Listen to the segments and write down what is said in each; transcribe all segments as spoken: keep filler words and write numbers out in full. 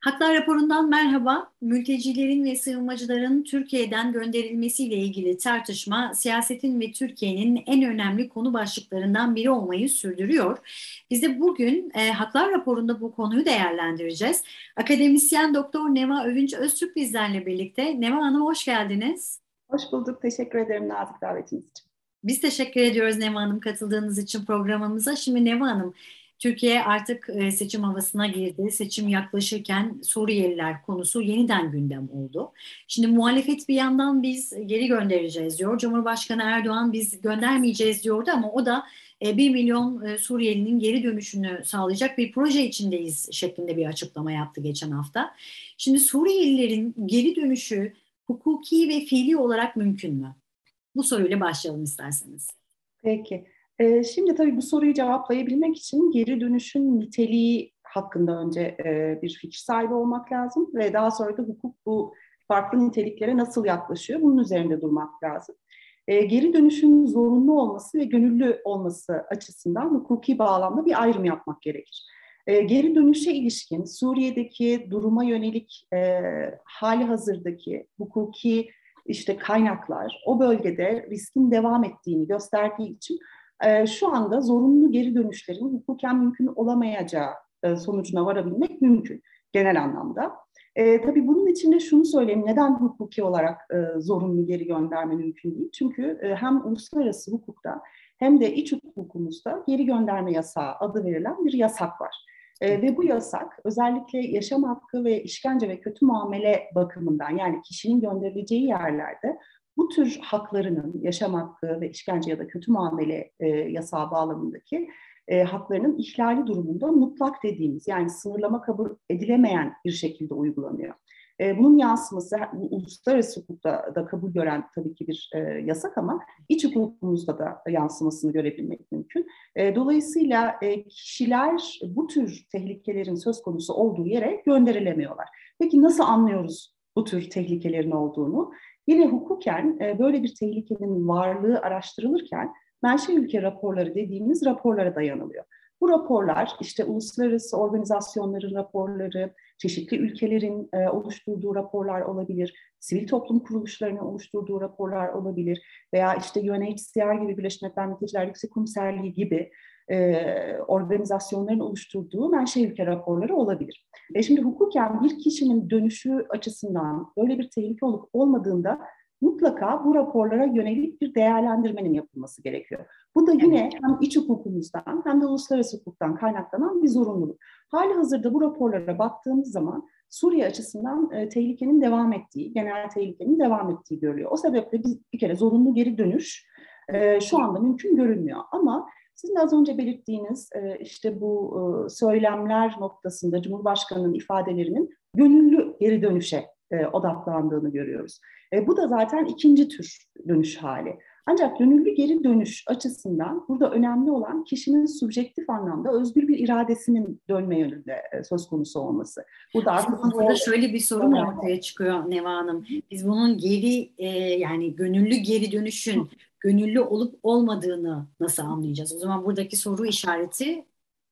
Haklar raporundan merhaba. Mültecilerin ve sığınmacıların Türkiye'den gönderilmesiyle ilgili tartışma, siyasetin ve Türkiye'nin en önemli konu başlıklarından biri olmayı sürdürüyor. Biz de bugün e, Haklar raporunda bu konuyu değerlendireceğiz. Akademisyen Doktor Neva Övünç Öztürk bizlerle birlikte. Neva Hanım hoş geldiniz. Hoş bulduk. Teşekkür ederim nazik davetiniz için. Biz teşekkür ediyoruz Neva Hanım katıldığınız için programımıza. Şimdi Neva Hanım, Türkiye artık e, seçim havasına girdi. Seçim yaklaşırken Suriyeliler konusu yeniden gündem oldu. Şimdi muhalefet bir yandan biz geri göndereceğiz diyor. Cumhurbaşkanı Erdoğan biz göndermeyeceğiz diyordu ama o da e, bir milyon e, Suriyelinin geri dönüşünü sağlayacak bir proje içindeyiz şeklinde bir açıklama yaptı geçen hafta. Şimdi Suriyelilerin geri dönüşü hukuki ve fiili olarak mümkün mü? Bu soruyla başlayalım isterseniz. Peki. Ee, şimdi tabii bu soruyu cevaplayabilmek için geri dönüşün niteliği hakkında önce e, bir fikir sahibi olmak lazım ve daha sonra da hukuk bu farklı niteliklere nasıl yaklaşıyor bunun üzerinde durmak lazım. E, geri dönüşün zorunlu olması ve gönüllü olması açısından hukuki bağlamda bir ayrım yapmak gerekir. E, geri dönüşe ilişkin Suriye'deki duruma yönelik e, hali hazırdaki hukuki işte kaynaklar o bölgede riskin devam ettiğini gösterdiği için e, şu anda zorunlu geri dönüşlerin hukuken mümkün olamayacağı e, sonucuna varabilmek mümkün genel anlamda. E, tabii bunun için de şunu söyleyeyim, neden hukuki olarak e, zorunlu geri gönderme mümkün değil? Çünkü e, hem uluslararası hukukta hem de iç hukukumuzda geri gönderme yasağı adı verilen bir yasak var. E, ve bu yasak özellikle yaşam hakkı ve işkence ve kötü muamele bakımından, yani kişinin gönderileceği yerlerde bu tür haklarının, yaşam hakkı ve işkence ya da kötü muamele e, yasağı bağlamındaki e, haklarının ihlali durumunda mutlak dediğimiz, yani sınırlama kabul edilemeyen bir şekilde uygulanıyor. E, bunun yansıması uluslararası hukukta da kabul gören tabii ki bir e, yasak ama iç hukukumuzda da yansımasını görebilmek mümkün. E, dolayısıyla e, kişiler bu tür tehlikelerin söz konusu olduğu yere gönderilemiyorlar. Peki nasıl anlıyoruz bu tür tehlikelerin olduğunu? Yine hukuken e, böyle bir tehlikenin varlığı araştırılırken menşe ülke raporları dediğimiz raporlara dayanılıyor. Bu raporlar işte uluslararası organizasyonların raporları, çeşitli ülkelerin e, oluşturduğu raporlar olabilir, sivil toplum kuruluşlarının oluşturduğu raporlar olabilir veya işte U N H C R gibi, Birleşmiş Milletler Mülteciler Yüksek Komiserliği gibi e, organizasyonların oluşturduğu menşe ülke raporları olabilir. E şimdi hukuken bir kişinin dönüşü açısından böyle bir tehlike olup olmadığında mutlaka bu raporlara yönelik bir değerlendirmenin yapılması gerekiyor. Bu da Evet. yine hem iç hukukumuzdan hem de uluslararası hukuktan kaynaklanan bir zorunluluk. Hali hazırda bu raporlara baktığımız zaman Suriye açısından e, tehlikenin devam ettiği, genel tehlikenin devam ettiği görülüyor. O sebeple biz bir kere zorunlu geri dönüş e, şu anda mümkün görünmüyor. Ama sizin de az önce belirttiğiniz e, işte bu e, söylemler noktasında Cumhurbaşkanı'nın ifadelerinin gönüllü geri dönüşe e, odaklandığını görüyoruz. E, bu da zaten ikinci tür dönüş hali. Ancak gönüllü geri dönüş açısından burada önemli olan kişinin subjektif anlamda özgür bir iradesinin dönme yönünde e, söz konusu olması. Burada O artık zaman burada şöyle bir soru mu ortaya çıkıyor Neva Hanım? Biz bunun geri e, yani gönüllü geri dönüşün gönüllü olup olmadığını nasıl anlayacağız? O zaman buradaki soru işareti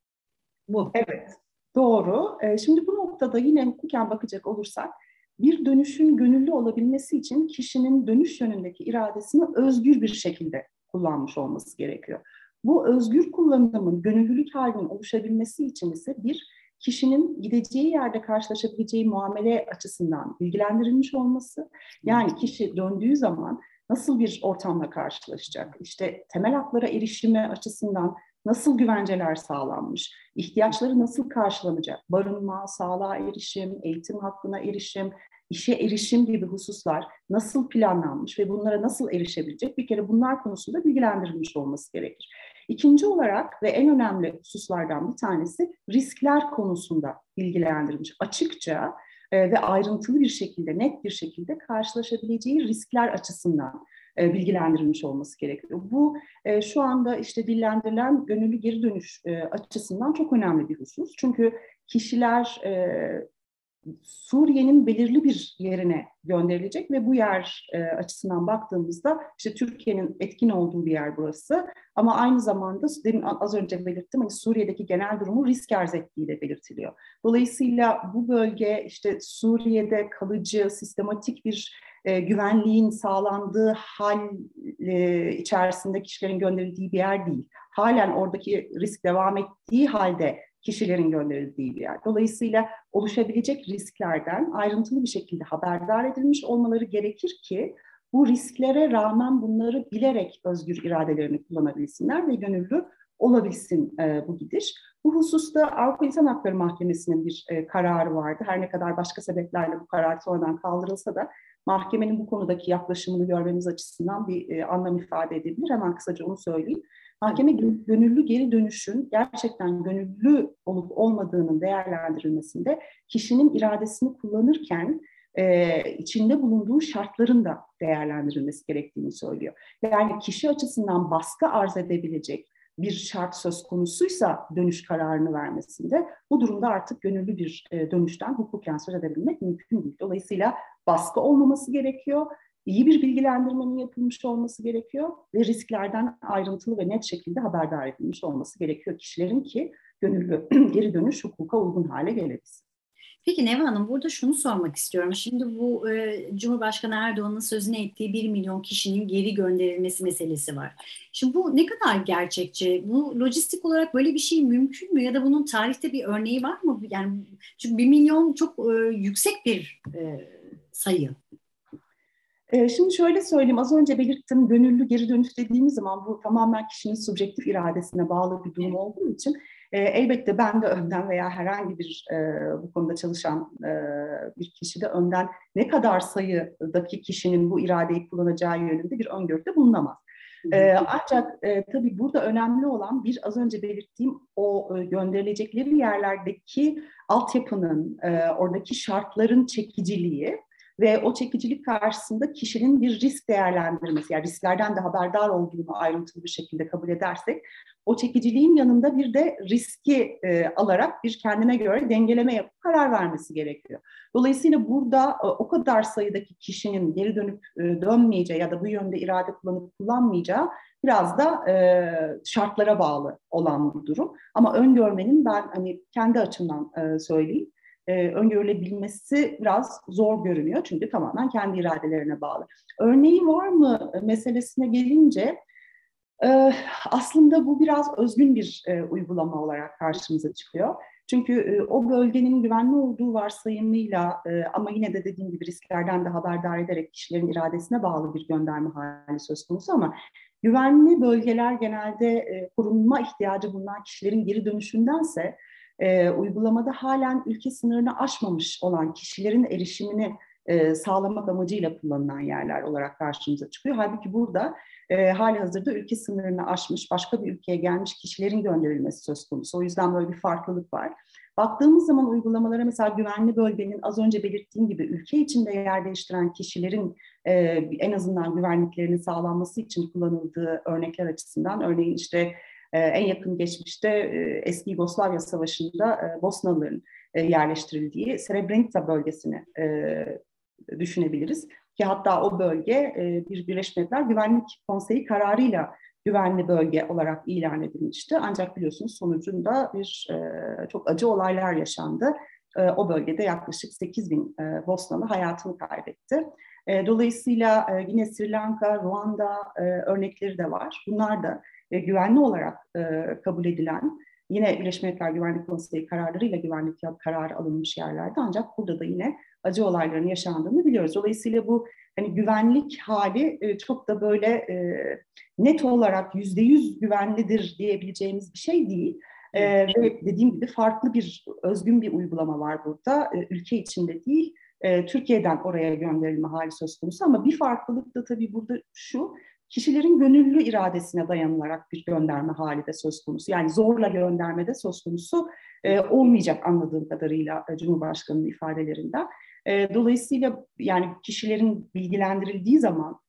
bu. evet, doğru. E, şimdi bu noktada yine hukuken bakacak olursak bir dönüşün gönüllü olabilmesi için kişinin dönüş yönündeki iradesini özgür bir şekilde kullanmış olması gerekiyor. Bu özgür kullanımın gönüllülük halinin oluşabilmesi için ise bir, kişinin gideceği yerde karşılaşabileceği muamele açısından bilgilendirilmiş olması, yani kişi döndüğü zaman nasıl bir ortamla karşılaşacak, işte temel haklara erişimi açısından nasıl güvenceler sağlanmış, ihtiyaçları nasıl karşılanacak, barınma, sağlığa erişim, eğitim hakkına erişim, işe erişim gibi hususlar nasıl planlanmış ve bunlara nasıl erişebilecek, bir kere bunlar konusunda bilgilendirilmiş olması gerekir. İkinci olarak ve en önemli hususlardan bir tanesi riskler konusunda bilgilendirilmiş. Açıkça e, ve ayrıntılı bir şekilde, net bir şekilde karşılaşabileceği riskler açısından e, bilgilendirilmiş olması gerekiyor. Bu e, şu anda işte dillendirilen gönüllü geri dönüş e, açısından çok önemli bir husus. Çünkü kişiler e, Suriye'nin belirli bir yerine gönderilecek ve bu yer e, açısından baktığımızda işte Türkiye'nin etkin olduğu bir yer burası. Ama aynı zamanda demin az önce belirttim, hani Suriye'deki genel durumu risk arz ettiği de belirtiliyor. Dolayısıyla bu bölge işte Suriye'de kalıcı, sistematik bir e, güvenliğin sağlandığı hal e, içerisinde kişilerin gönderildiği bir yer değil. Halen oradaki risk devam ettiği halde kişilerin gönderildiği bir yer. Dolayısıyla oluşabilecek risklerden ayrıntılı bir şekilde haberdar edilmiş olmaları gerekir ki bu risklere rağmen bunları bilerek özgür iradelerini kullanabilsinler ve gönüllü olabilsin e, bu gidiş. Bu hususta Avrupa İnsan Hakları Mahkemesi'nin bir e, kararı vardı. Her ne kadar başka sebeplerle bu karar sonradan kaldırılsa da mahkemenin bu konudaki yaklaşımını görmemiz açısından bir e, anlam ifade edebilir. Hemen kısaca onu söyleyeyim. Mahkeme gönüllü geri dönüşün gerçekten gönüllü olup olmadığının değerlendirilmesinde kişinin iradesini kullanırken e, içinde bulunduğu şartların da değerlendirilmesi gerektiğini söylüyor. Yani kişi açısından baskı arz edebilecek bir şart söz konusuysa dönüş kararını vermesinde, bu durumda artık gönüllü bir e, dönüşten hukuken söz edebilmek mümkün değil. Dolayısıyla baskı olmaması gerekiyor. İyi bir bilgilendirmenin yapılmış olması gerekiyor ve risklerden ayrıntılı ve net şekilde haberdar edilmiş olması gerekiyor kişilerin ki gönüllü geri dönüş hukuka uygun hale gelebilsin. Peki Neva Hanım, burada şunu sormak istiyorum. Şimdi bu e, Cumhurbaşkanı Erdoğan'ın sözüne ettiği bir milyon kişinin geri gönderilmesi meselesi var. Şimdi bu ne kadar gerçekçi? Bu lojistik olarak böyle bir şey mümkün mü? Ya da bunun tarihte bir örneği var mı? Yani çünkü bir milyon çok e, yüksek bir e, sayı. Şimdi şöyle söyleyeyim, az önce belirttim, gönüllü geri dönüş dediğimiz zaman bu tamamen kişinin subjektif iradesine bağlı bir durum olduğu için e, elbette ben de önden veya herhangi bir e, bu konuda çalışan e, bir kişi de önden ne kadar sayıdaki kişinin bu iradeyi kullanacağı yönünde bir öngörüde bulunamaz. Ee, ancak e, tabii burada önemli olan bir az önce belirttiğim o e, gönderilecekleri yerlerdeki altyapının, e, oradaki şartların çekiciliği ve o çekicilik karşısında kişinin bir risk değerlendirmesi, yani risklerden de haberdar olduğunu ayrıntılı bir şekilde kabul edersek, o çekiciliğin yanında bir de riski e, alarak bir kendine göre dengeleme yapıp karar vermesi gerekiyor. Dolayısıyla burada e, o kadar sayıdaki kişinin geri dönüp e, dönmeyeceği ya da bu yönde irade kullanıp kullanmayacağı biraz da e, şartlara bağlı olan bir durum. Ama öngörmenin, ben hani kendi açımdan e, söyleyeyim, e, öngörülebilmesi biraz zor görünüyor. Çünkü tamamen kendi iradelerine bağlı. Örneği var mı meselesine gelince, e, aslında bu biraz özgün bir e, uygulama olarak karşımıza çıkıyor. Çünkü e, o bölgenin güvenli olduğu varsayımıyla e, ama yine de dediğim gibi risklerden de haberdar ederek kişilerin iradesine bağlı bir gönderme hali söz konusu, ama güvenli bölgeler genelde e, korunma ihtiyacı bulunan kişilerin geri dönüşündense e, uygulamada halen ülke sınırını aşmamış olan kişilerin erişimini e, sağlamak amacıyla kullanılan yerler olarak karşımıza çıkıyor. Halbuki burada e, hali hazırda ülke sınırını aşmış, başka bir ülkeye gelmiş kişilerin gönderilmesi söz konusu. O yüzden böyle bir farklılık var. Baktığımız zaman uygulamalara, mesela güvenli bölgenin az önce belirttiğim gibi ülke içinde yer değiştiren kişilerin e, en azından güvenliklerinin sağlanması için kullanıldığı örnekler açısından, örneğin işte e, en yakın geçmişte e, eski Yugoslavya Savaşı'nda e, Bosnalıların e, yerleştirildiği Srebrenica bölgesini e, düşünebiliriz. Ki hatta o bölge e, bir Birleşmiş Milletler Güvenlik Konseyi kararıyla güvenli bölge olarak ilan edilmişti. Ancak biliyorsunuz sonucunda bir e, çok acı olaylar yaşandı. E, o bölgede yaklaşık sekiz bin e, Bosnalı hayatını kaybetti. E, dolayısıyla e, yine Sri Lanka, Ruanda e, örnekleri de var. Bunlar da e, güvenli olarak e, kabul edilen, yine Birleşmiş Milletler Güvenlik Konseyi kararlarıyla güvenlik kararı alınmış yerlerde, ancak burada da yine acı olayların yaşandığını biliyoruz. Dolayısıyla bu hani güvenlik hali e, çok da böyle e, net olarak yüzde yüz güvenlidir diyebileceğimiz bir şey değil. E, ve dediğim gibi farklı bir, özgün bir uygulama var burada. E, ülke içinde değil, e, Türkiye'den oraya gönderilme hali söz konusu. Ama bir farklılık da tabii burada şu: kişilerin gönüllü iradesine dayanılarak bir gönderme hali de söz konusu. Yani zorla gönderme de söz konusu e, olmayacak anladığım kadarıyla e, Cumhurbaşkanı'nın ifadelerinden. E, dolayısıyla yani kişilerin bilgilendirildiği zaman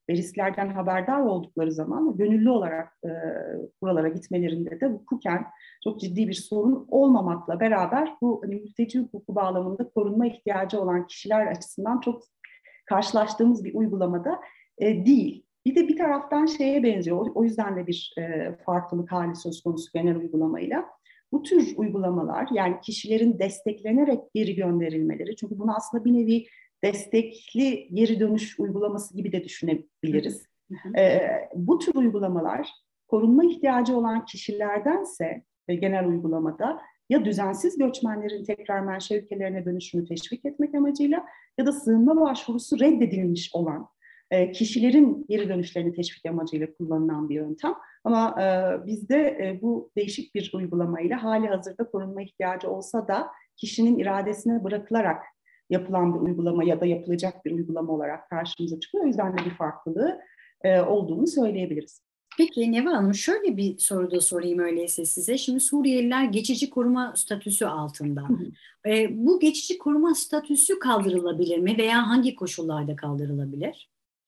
ve risklerden haberdar oldukları zaman gönüllü olarak e, buralara gitmelerinde de hukuken çok ciddi bir sorun olmamakla beraber bu hani, mülteci hukuku bağlamında korunma ihtiyacı olan kişiler açısından çok karşılaştığımız bir uygulamada e, değil. Bir de bir taraftan şeye benziyor, o, o yüzden de bir e, farklılık hali söz konusu genel uygulamayla. Bu tür uygulamalar, yani kişilerin desteklenerek geri gönderilmeleri, çünkü bunu aslında bir nevi destekli geri dönüş uygulaması gibi de düşünebiliriz. Hı hı. Ee, bu tür uygulamalar korunma ihtiyacı olan kişilerdense e, genel uygulamada ya düzensiz göçmenlerin tekrar menşe ülkelerine dönüşünü teşvik etmek amacıyla ya da sığınma başvurusu reddedilmiş olan e, kişilerin geri dönüşlerini teşvik amacıyla kullanılan bir yöntem. Ama e, bizde e, bu değişik bir uygulamayla hali hazırda korunma ihtiyacı olsa da kişinin iradesine bırakılarak yapılan bir uygulama ya da yapılacak bir uygulama olarak karşımıza çıkıyor. O yüzden de bir farklılığı e, olduğunu söyleyebiliriz. Peki Neva Hanım, şöyle bir soru da sorayım öyleyse size. Şimdi Suriyeliler geçici koruma statüsü altında. Hı hı. E, bu geçici koruma statüsü kaldırılabilir mi veya hangi koşullarda kaldırılabilir?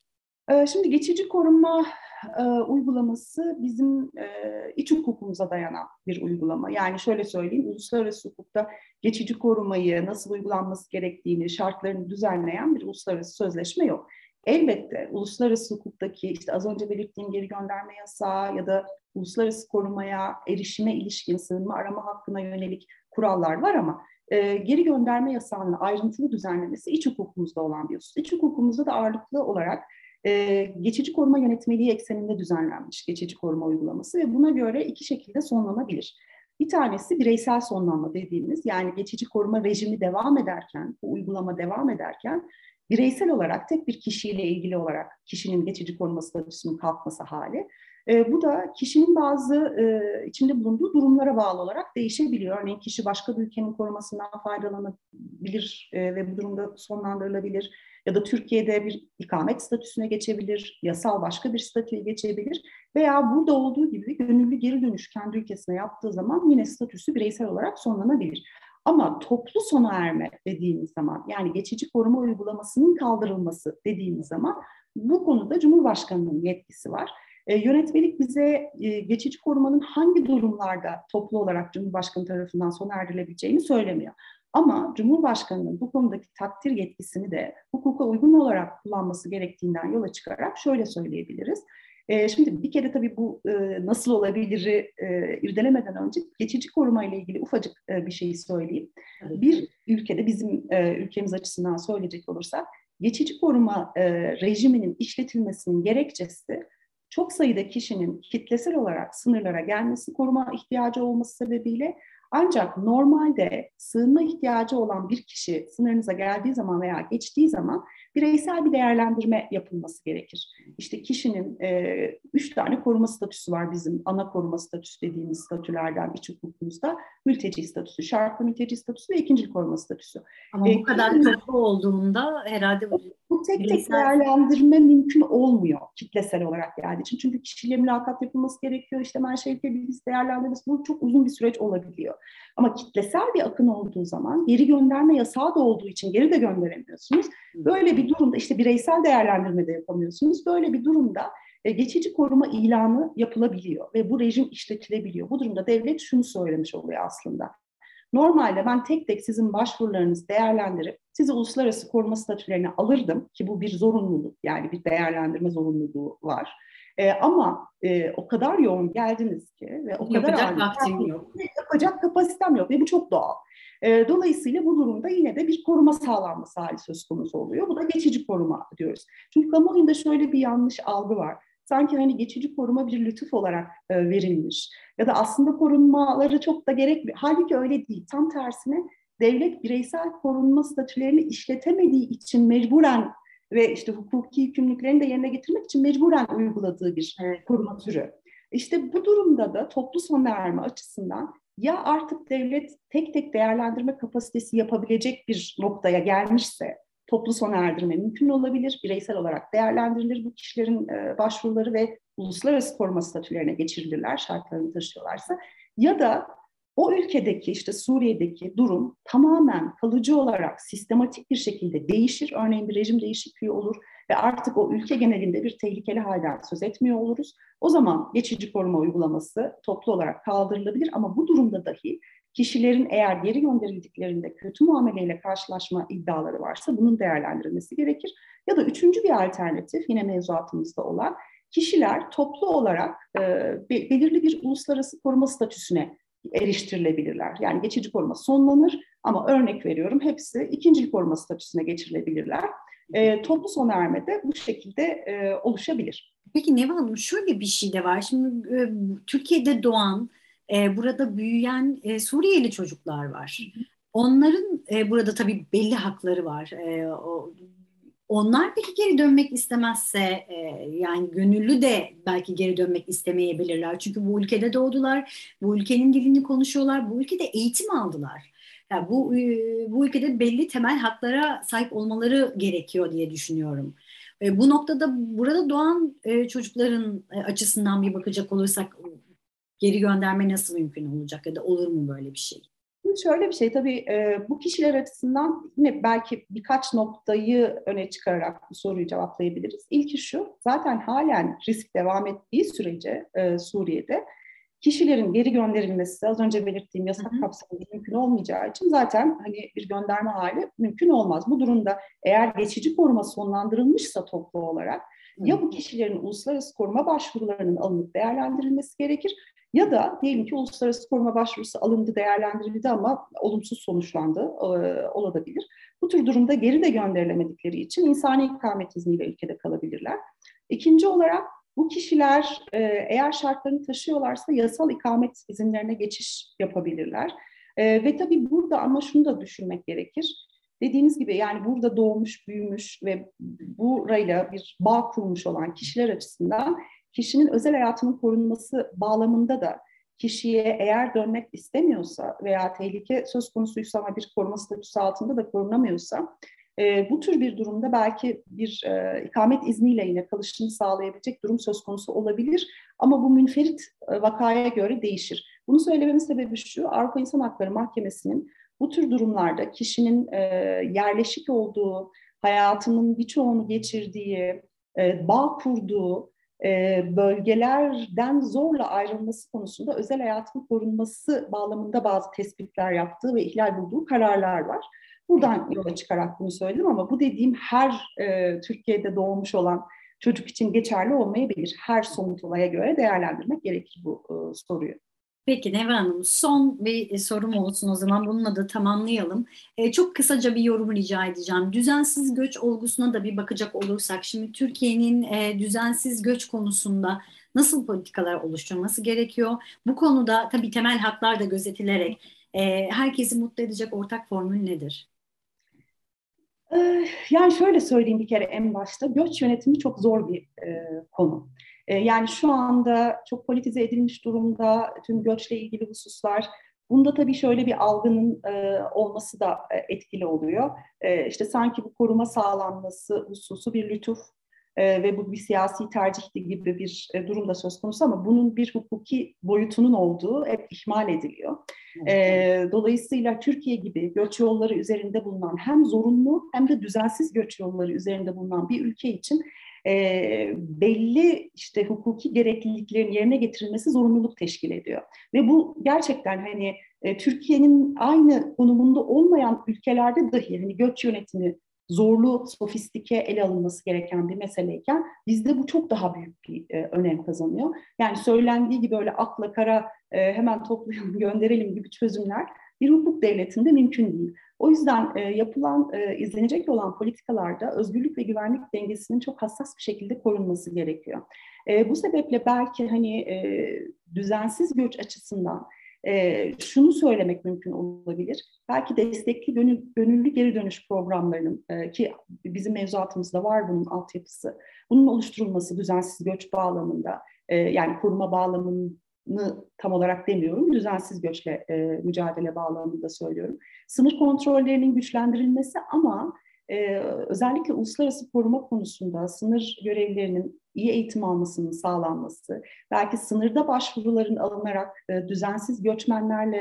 E, şimdi geçici koruma e, uygulaması bizim e, iç hukukumuza dayanan bir uygulama. Yani şöyle söyleyeyim, uluslararası hukukta geçici korumayı nasıl uygulanması gerektiğini, şartlarını düzenleyen bir uluslararası sözleşme yok. Elbette uluslararası hukuktaki işte az önce belirttiğim geri gönderme yasağı ya da uluslararası korumaya erişime ilişkin sığınma arama hakkına yönelik kurallar var ama e, geri gönderme yasağının ayrıntılı düzenlemesi iç hukukumuzda olan bir husus. İç hukukumuzda da ağırlıklı olarak e, geçici koruma yönetmeliği ekseninde düzenlenmiş geçici koruma uygulaması ve buna göre iki şekilde sonlanabilir. Bir tanesi bireysel sonlanma dediğimiz, yani geçici koruma rejimi devam ederken, bu uygulama devam ederken bireysel olarak tek bir kişiyle ilgili olarak kişinin geçici koruma statüsünün kalkması hali. E, bu da kişinin bazı e, içinde bulunduğu durumlara bağlı olarak değişebiliyor. Örneğin kişi başka bir ülkenin korumasından faydalanabilir e, ve bu durumda sonlandırılabilir. Ya da Türkiye'de bir ikamet statüsüne geçebilir, yasal başka bir statüye geçebilir veya burada olduğu gibi gönüllü geri dönüş kendi ülkesine yaptığı zaman yine statüsü bireysel olarak sonlanabilir. Ama toplu sona erme dediğimiz zaman, yani geçici koruma uygulamasının kaldırılması dediğimiz zaman bu konuda Cumhurbaşkanı'nın yetkisi var. E, yönetmelik bize e, geçici korumanın hangi durumlarda toplu olarak Cumhurbaşkanı tarafından sona erdirilebileceğini söylemiyor. Ama Cumhurbaşkanı'nın bu konudaki takdir yetkisini de hukuka uygun olarak kullanması gerektiğinden yola çıkarak şöyle söyleyebiliriz. E, şimdi bir kere tabii bu e, nasıl olabiliri e, irdelemeden önce geçici koruma ile ilgili ufacık e, bir şeyi söyleyeyim. Evet. Bir ülkede, bizim e, ülkemiz açısından söyleyecek olursak, geçici koruma e, rejiminin işletilmesinin gerekçesi çok sayıda kişinin kitlesel olarak sınırlara gelmesi, koruma ihtiyacı olması sebebiyle. Ancak normalde sığınma ihtiyacı olan bir kişi sınırınıza geldiği zaman veya geçtiği zaman bireysel bir değerlendirme yapılması gerekir. İşte kişinin e, üç tane koruma statüsü var bizim ana koruma statüsü dediğimiz statülerden iç hukukumuzda. Mülteci statüsü, şartlı mülteci statüsü ve ikincil koruma statüsü. Ama e, bu kadar kişinin, toplu olduğunda herhalde bu, bu tek bireysel... tek değerlendirme mümkün olmuyor kitlesel olarak geldiği için. Çünkü kişiyle mülakat yapılması gerekiyor. İşte menşe bilgisi değerlendirmesi, bu çok uzun bir süreç olabiliyor. Ama kitlesel bir akın olduğu zaman, geri gönderme yasağı da olduğu için geri de gönderemiyorsunuz. Böyle bir durumda işte bireysel değerlendirme de yapamıyorsunuz. Böyle bir durumda e, geçici koruma ilanı yapılabiliyor ve bu rejim işletilebiliyor. Bu durumda devlet şunu söylemiş oluyor aslında. Normalde ben tek tek sizin başvurularınızı değerlendirip sizi uluslararası koruma statülerine alırdım ki bu bir zorunluluk, yani bir değerlendirme zorunluluğu var. Ee, ama e, o kadar yoğun geldiniz ki ve o yapacak kadar vaktim yok. Yapacak kapasitem yok ve bu çok doğal. E, dolayısıyla bu durumda yine de bir koruma sağlanması hali söz konusu oluyor. Bu da geçici koruma diyoruz. Çünkü kamuoyunda şöyle bir yanlış algı var. Sanki hani geçici koruma bir lütuf olarak e, verilmiş ya da aslında korunmaları çok da gerekmiyor. Halbuki öyle değil. Tam tersine devlet bireysel korunma statülerini işletemediği için mecburen ve işte hukuki yükümlülüklerini de yerine getirmek için mecburen uyguladığı bir evet. koruma türü. İşte bu durumda da toplu sona erme açısından ya artık devlet tek tek değerlendirme kapasitesi yapabilecek bir noktaya gelmişse toplu sona erdirme mümkün olabilir. Bireysel olarak değerlendirilir bu kişilerin e, başvuruları ve uluslararası koruma statülerine geçirilirler şartlarını taşıyorlarsa. Ya da o ülkedeki, işte Suriye'deki durum tamamen kalıcı olarak sistematik bir şekilde değişir. Örneğin bir rejim değişikliği olur ve artık o ülke genelinde bir tehlikeli halden söz etmiyor oluruz. O zaman geçici koruma uygulaması toplu olarak kaldırılabilir ama bu durumda dahi kişilerin eğer geri gönderildiklerinde kötü muameleyle karşılaşma iddiaları varsa bunun değerlendirilmesi gerekir. Ya da üçüncü bir alternatif yine mevzuatımızda olan kişiler toplu olarak e, belirli bir uluslararası koruma statüsüne eriştirilebilirler. Yani geçici koruma sonlanır ama örnek veriyorum hepsi ikinci koruma statüsüne geçirilebilirler. E, toplu sona erme de bu şekilde e, oluşabilir. Peki Neva Hanım şöyle bir şey de var. Şimdi e, Türkiye'de doğan, e, burada büyüyen e, Suriyeli çocuklar var. Onların e, burada tabii belli hakları var. E, o, onlar peki geri dönmek istemezse e, yani gönüllü de belki geri dönmek istemeyebilirler. Çünkü bu ülkede doğdular, bu ülkenin dilini konuşuyorlar, bu ülkede eğitim aldılar. Yani bu e, bu ülkede belli temel haklara sahip olmaları gerekiyor diye düşünüyorum. E, bu noktada burada doğan e, çocukların e, açısından bir bakacak olursak geri gönderme nasıl mümkün olacak ya da olur mu böyle bir şey? Şimdi şöyle bir şey tabii e, bu kişiler açısından yine belki birkaç noktayı öne çıkararak bu soruyu cevaplayabiliriz. İlki şu, zaten halen risk devam ettiği sürece e, Suriye'de kişilerin geri gönderilmesi az önce belirttiğim yasak Hı hı. kapsamında mümkün olmayacağı için zaten hani bir gönderme hali mümkün olmaz. Bu durumda eğer geçici koruma sonlandırılmışsa toplu olarak ya bu kişilerin uluslararası koruma başvurularının alınıp değerlendirilmesi gerekir ya da diyelim ki uluslararası koruma başvurusu alındı, değerlendirildi ama olumsuz sonuçlandı, e, olabilir. Bu tür durumda geri de gönderilemedikleri için insani ikamet izniyle ülkede kalabilirler. İkinci olarak bu kişiler e, eğer şartlarını taşıyorlarsa yasal ikamet izinlerine geçiş yapabilirler. E, ve tabii burada ama şunu da düşünmek gerekir. Dediğiniz gibi yani burada doğmuş, büyümüş ve burayla bir bağ kurmuş olan kişiler açısından kişinin özel hayatının korunması bağlamında da kişiye eğer dönmek istemiyorsa veya tehlike söz konusuysa ama bir koruma statüsü altında da korunamıyorsa e, bu tür bir durumda belki bir e, ikamet izniyle yine kalışını sağlayabilecek durum söz konusu olabilir. Ama bu münferit e, vakaya göre değişir. Bunu söylememin sebebi şu, Avrupa İnsan Hakları Mahkemesi'nin bu tür durumlarda kişinin e, yerleşik olduğu, hayatının birçoğunu geçirdiği, e, bağ kurduğu e, bölgelerden zorla ayrılması konusunda özel hayatın korunması bağlamında bazı tespitler yaptığı ve ihlal bulduğu kararlar var. Buradan yola çıkarak bunu söyledim ama bu dediğim her e, Türkiye'de doğmuş olan çocuk için geçerli olmayabilir. Her somut olaya göre değerlendirmek gerekir bu e, soruyu. Peki Neva Hanım, son bir sorum olsun o zaman bununla da tamamlayalım. Ee, çok kısaca bir yorum rica edeceğim. Düzensiz göç olgusuna da bir bakacak olursak, şimdi Türkiye'nin e, düzensiz göç konusunda nasıl politikalar oluşturması gerekiyor? Bu konuda tabii temel haklar da gözetilerek e, herkesi mutlu edecek ortak formül nedir? Ee, Yani şöyle söyleyeyim bir kere en başta, göç yönetimi çok zor bir e, konu. E, yani şu anda çok politize edilmiş durumda tüm göçle ilgili hususlar. Bunda tabii şöyle bir algının e, olması da e, etkili oluyor. E, işte sanki bu koruma sağlanması hususu bir lütuf e, ve bu bir siyasi tercihti gibi bir e, durum da söz konusu ama bunun bir hukuki boyutunun olduğu hep ihmal ediliyor. E, dolayısıyla Türkiye gibi göç yolları üzerinde bulunan hem zorunlu hem de düzensiz göç yolları üzerinde bulunan bir ülke için e, belli işte hukuki gerekliliklerin yerine getirilmesi zorunluluk teşkil ediyor. Ve bu gerçekten hani e, Türkiye'nin aynı konumunda olmayan ülkelerde dahi hani göç yönetimi zorlu, sofistike ele alınması gereken bir meseleyken bizde bu çok daha büyük bir e, önem kazanıyor. Yani söylendiği gibi öyle akla kara e, hemen toplayalım, gönderelim gibi çözümler bir hukuk devletinde mümkün değil. O yüzden e, yapılan, e, izlenecek olan politikalarda özgürlük ve güvenlik dengesinin çok hassas bir şekilde korunması gerekiyor. E, bu sebeple belki hani e, düzensiz göç açısından e, şunu söylemek mümkün olabilir. Belki destekli gönül, gönüllü geri dönüş programlarının e, ki bizim mevzuatımızda var bunun altyapısı, bunun oluşturulması düzensiz göç bağlamında e, yani koruma bağlamını tam olarak demiyorum, düzensiz göçle e, mücadele bağlamında söylüyorum. Sınır kontrollerinin güçlendirilmesi ama e, özellikle uluslararası koruma konusunda sınır görevlilerinin iyi eğitim almasının sağlanması, belki sınırda başvuruların alınarak e, düzensiz göçmenlerle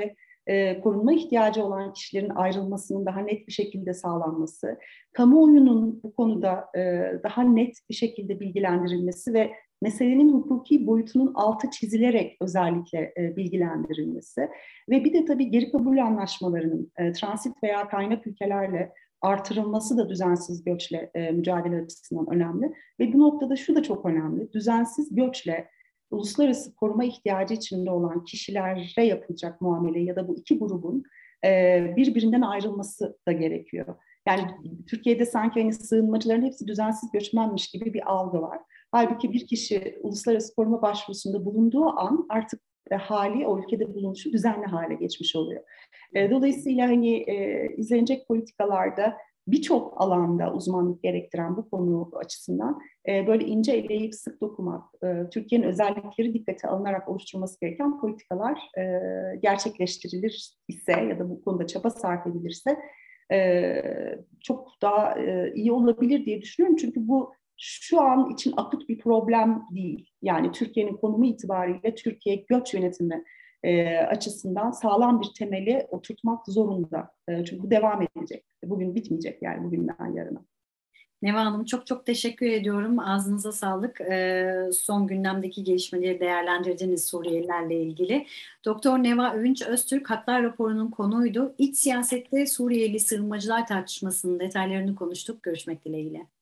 e, korunma ihtiyacı olan kişilerin ayrılmasının daha net bir şekilde sağlanması, kamuoyunun bu konuda e, daha net bir şekilde bilgilendirilmesi ve meselenin hukuki boyutunun altı çizilerek özellikle e, bilgilendirilmesi ve bir de tabii geri kabul anlaşmalarının e, transit veya kaynak ülkelerle artırılması da düzensiz göçle e, mücadele açısından önemli. Ve bu noktada şu da çok önemli. Düzensiz göçle uluslararası koruma ihtiyacı içinde olan kişilere yapılacak muamele ya da bu iki grubun e, birbirinden ayrılması da gerekiyor. Yani Türkiye'de sanki hani sığınmacıların hepsi düzensiz göçmenmiş gibi bir algı var. Halbuki bir kişi uluslararası koruma başvurusunda bulunduğu an artık e, hali o ülkede bulunuşu düzenli hale geçmiş oluyor. E, dolayısıyla hani e, izlenecek politikalarda birçok alanda uzmanlık gerektiren bu konu açısından e, böyle ince eleyip sık dokumak, e, Türkiye'nin özellikleri dikkate alınarak oluşturulması gereken politikalar e, gerçekleştirilir ise ya da bu konuda çaba sarf edilirse e, çok daha e, iyi olabilir diye düşünüyorum. Çünkü bu şu an için akut bir problem değil. Yani Türkiye'nin konumu itibariyle Türkiye göç yönetimi e, açısından sağlam bir temeli oturtmak zorunda. E, çünkü bu devam edecek. Bugün bitmeyecek yani bugünden yarına. Neva Hanım çok çok teşekkür ediyorum. Ağzınıza sağlık. Ee, son gündemdeki gelişmeleri değerlendirdiğiniz Suriyelilerle ilgili. Doktor Neva Övünç Öztürk Haklar Raporu'nun konuydu. İç siyasette Suriyeli sığınmacılar tartışmasının detaylarını konuştuk. Görüşmek dileğiyle.